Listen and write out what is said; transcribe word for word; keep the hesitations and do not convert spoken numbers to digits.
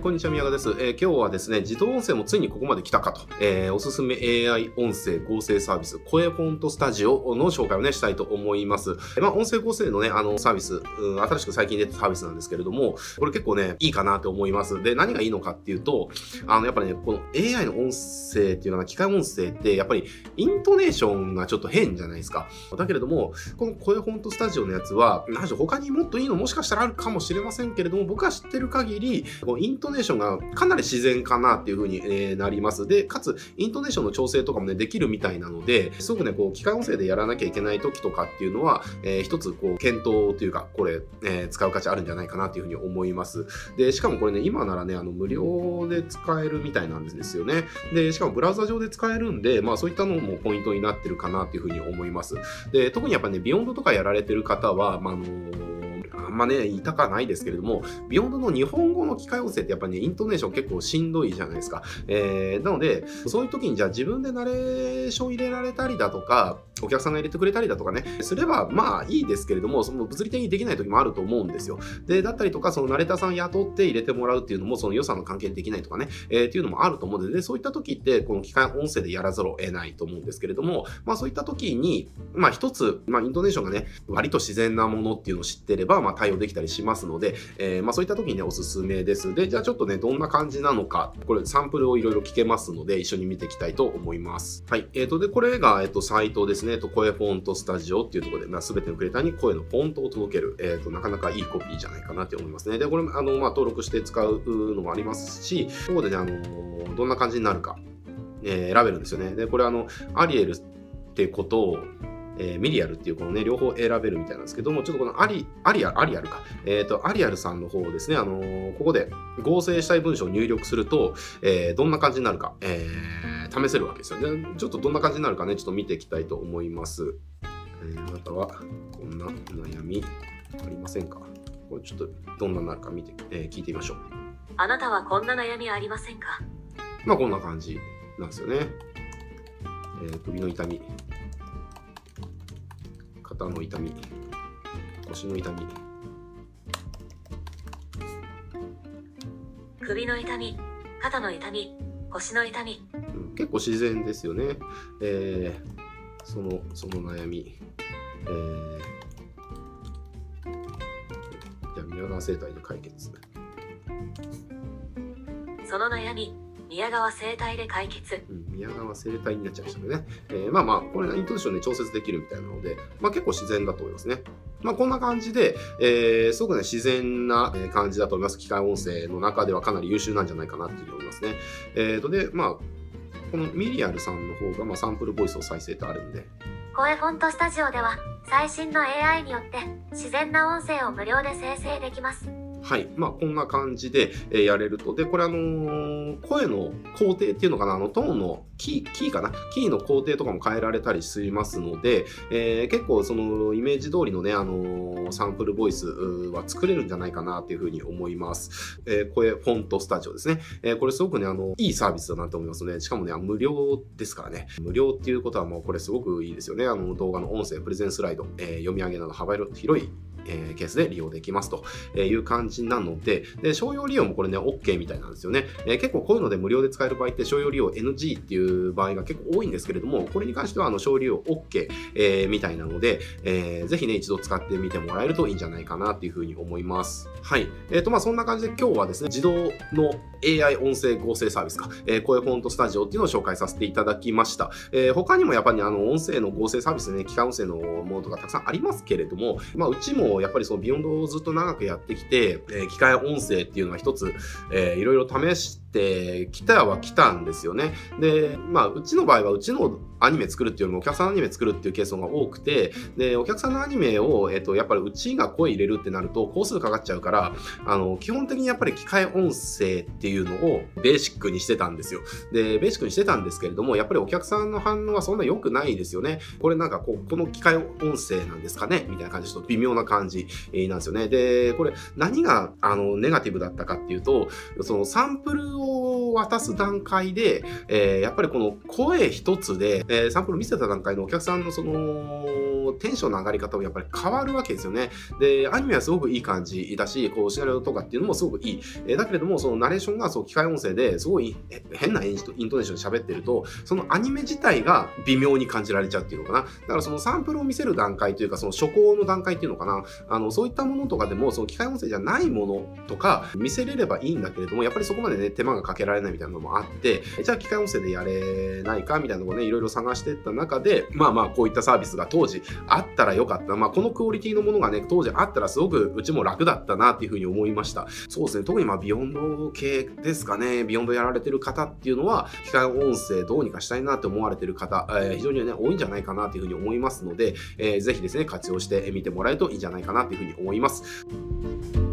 こんにちは、宮川です。えー今日はですね、自動音声もついにここまで来たかと、えーおすすめ エーアイ 音声合成サービス、声フォントスタジオの紹介をね、したいと思います。えーまあ、音声合成のね、あの、サービス、うん、新しく最近出たサービスなんですけれども、これ結構ね、いいかなと思います。で、何がいいのかっていうと、あの、やっぱりね、この エーアイ の音声っていうのは、機械音声って、やっぱりイントネーションがちょっと変じゃないですか。だけれども、この声フォントスタジオのやつは、なんでしょう、他にもっといいのもしかしたらあるかもしれませんけれども、僕は知ってる限り、このイントネーションがかなり自然かなっていう風に、えーなります。で、かつ、イントネーションの調整とかもね、できるみたいなので、すごくね、こう、機械音声でやらなきゃいけない時とかっていうのは、えー一つ、こう、検討というか、これ、えー使う価値あるんじゃないかなっていう風に思います。で、しかもこれね、今ならね、あの、無料で使えるみたいなんですよね。で、しかもブラウザ上で使えるんで、まあ、そういったのもポイントになってるかなっていう風に思います。で、特にやっぱね、ビヨンドとかやられてる方は、まあ、あのーあんまね、言いたかないですけれども、ビヨンドの日本語の機械音声ってやっぱりね、イントネーション結構しんどいじゃないですか。えー、なので、そういう時にじゃあ自分でナレーション入れられたりだとか、お客さんが入れてくれたりだとかね、すればまあいいですけれども、その物理的にできない時もあると思うんですよ。で、だったりとか、そのナレーターさん雇って入れてもらうっていうのも、その予算の関係でできないとかね、えー、っていうのもあると思うので、でそういった時って、この機械音声でやらざるを得ないと思うんですけれども、まあそういった時に、まあ一つ、まあイントネーションがね、割と自然なものっていうのを知ってれば、まあ対応できたりしますので、えー、まあそういった時にね、おすすめです。で、じゃあちょっとね、どんな感じなのか、これサンプルをいろいろ聞けますので、一緒に見ていきたいと思います。はい。えっ、ー、と、で、これが、えっ、と、サイトですね。えっと、声フォントスタジオっていうところで、まあ、全てのクリエイターに声のフォントを届ける。えっ、と、なかなかいいコピーじゃないかなって思いますね。で、これ、あの、まあ、登録して使うのもありますし、ここでね、あの、どんな感じになるか、えー、選べるんですよね。で、これ、あの、アリエルってことを、えー、ミリアルっていうこのね、両方選べるみたいなんですけども、ちょっとこのアリ、アリアル、アリアルか。えっ、と、アリアルさんの方をですね、あのーここで合成したい文章を入力すると、えーどんな感じになるか、えー試せるわけですよね。ちょっとどんな感じになるかね、ちょっと見ていきたいと思います。えーあなたはこんな悩みありませんか？これちょっとどんなになるか見て、えー聞いてみましょう。 あなたはこんな悩みありませんか？ まあこんな感じなんですよね。えー首の痛み。肩の痛み、腰の痛み、 首の痛み、肩の痛み、腰の痛み。 うん、結構自然ですよね。えー、そのその悩み、えー、じゃあ宮川生態で解決。 その悩み、宮川生態で解決。 うん、宮川生態になっちゃいましたけどね。えー、まあまあ、これイントネーションで調節できるみたいなので、まあ結構自然だと思いますね。まあこんな感じで、えー、すごくね、自然な感じだと思います。機械音声の中ではかなり優秀なんじゃないかなっていうふうに思いますね。えーと、で、まあ、このミリアルさんの方が、まあ、サンプルボイスを再生ってあるんで。 声フォントスタジオでは、最新の エーアイ によって自然な音声を無料で生成できます。 はい。まあ、こんな感じで、えーやれると。で、これあのー声の工程っていうのかな、あの、トーンのキー、キーかなキーの工程とかも変えられたりしますので、えー結構そのイメージ通りのね、あのーサンプルボイスは作れるんじゃないかなっていうふうに思います。えー声フォントスタジオですね。えーこれすごくね、あの、いいサービスだなと思いますね。しかもね、無料ですからね。無料っていうことはもうこれすごくいいですよね。あの、動画の音声、プレゼンスライド、えー読み上げなど幅広いえーケースで利用できますという感じなので、で商用利用もこれね、OK みたいなんですよね。えー結構こういうので無料で使える場合って商用利用 エヌジー っていう場合が結構多いんですけれども、これに関してはあの商用利用 OK、えーみたいなので、えーぜひね、一度使ってみてもらえるといいんじゃないかなっていうふうに思います。はい。えっ、と、まあそんな感じで今日はですね、自動の エーアイ 音声合成サービスか、えー、声フォントスタジオっていうのを紹介させていただきました。えー他にもやっぱり、ね、あの音声の合成サービスでね、機械音声のものとかたくさんありますけれども、まあうちもやっぱりそのビヨンドをずっと長くやってきて、えー機械音声っていうのは一つ、えーいろいろ試してきたは来たんですよね。で、まあうちの場合はうちのアニメ作るっていうよりもお客さんのアニメ作るっていうケースが多くて、で、お客さんのアニメを、えっと、やっぱりうちが声入れるってなると工数かかっちゃうから、あの、基本的にやっぱり機械音声っていうのをベーシックにしてたんですよ。で、ベーシックにしてたんですけれども、やっぱりお客さんの反応はそんな良くないですよね。これなんかこう、この機械音声なんですかねみたいな感じでちょっと微妙な感じなんですよね。で、これ何があのネガティブだったかっていうと、そのサンプルを渡す段階で、えーやっぱりこの声一つで、えーサンプル見せた段階のお客さんのそのテンションの上がり方もやっぱり変わるわけですよね。で、アニメはすごくいい感じだし、こう、シナリオとかっていうのもすごくいい。えー、だけれども、そのナレーションがそう機械音声ですごい変なイントネーションで喋ってると、そのアニメ自体が微妙に感じられちゃうっていうのかな。だからそのサンプルを見せる段階というか、その初稿の段階っていうのかな。あの、そういったものとかでも、その機械音声じゃないものとか見せれればいいんだけれども、やっぱりそこまでね、手間がかけられないみたいなのもあって、じゃあ機械音声でやれないかみたいなのをね、いろいろ探していった中で、まあまあこういったサービスが当時あったらよかった。まあこのクオリティのものがね、当時あったらすごくうちも楽だったなっていうふうに思いました。そうですね、特にまあビヨンド系ですかね、ビヨンドやられてる方っていうのは、機械音声どうにかしたいなって思われてる方、えー、非常にね、多いんじゃないかなっていうふうに思いますので、えー、ぜひですね、活用してみてもらえるといいんじゃないかなっていうふうに思います。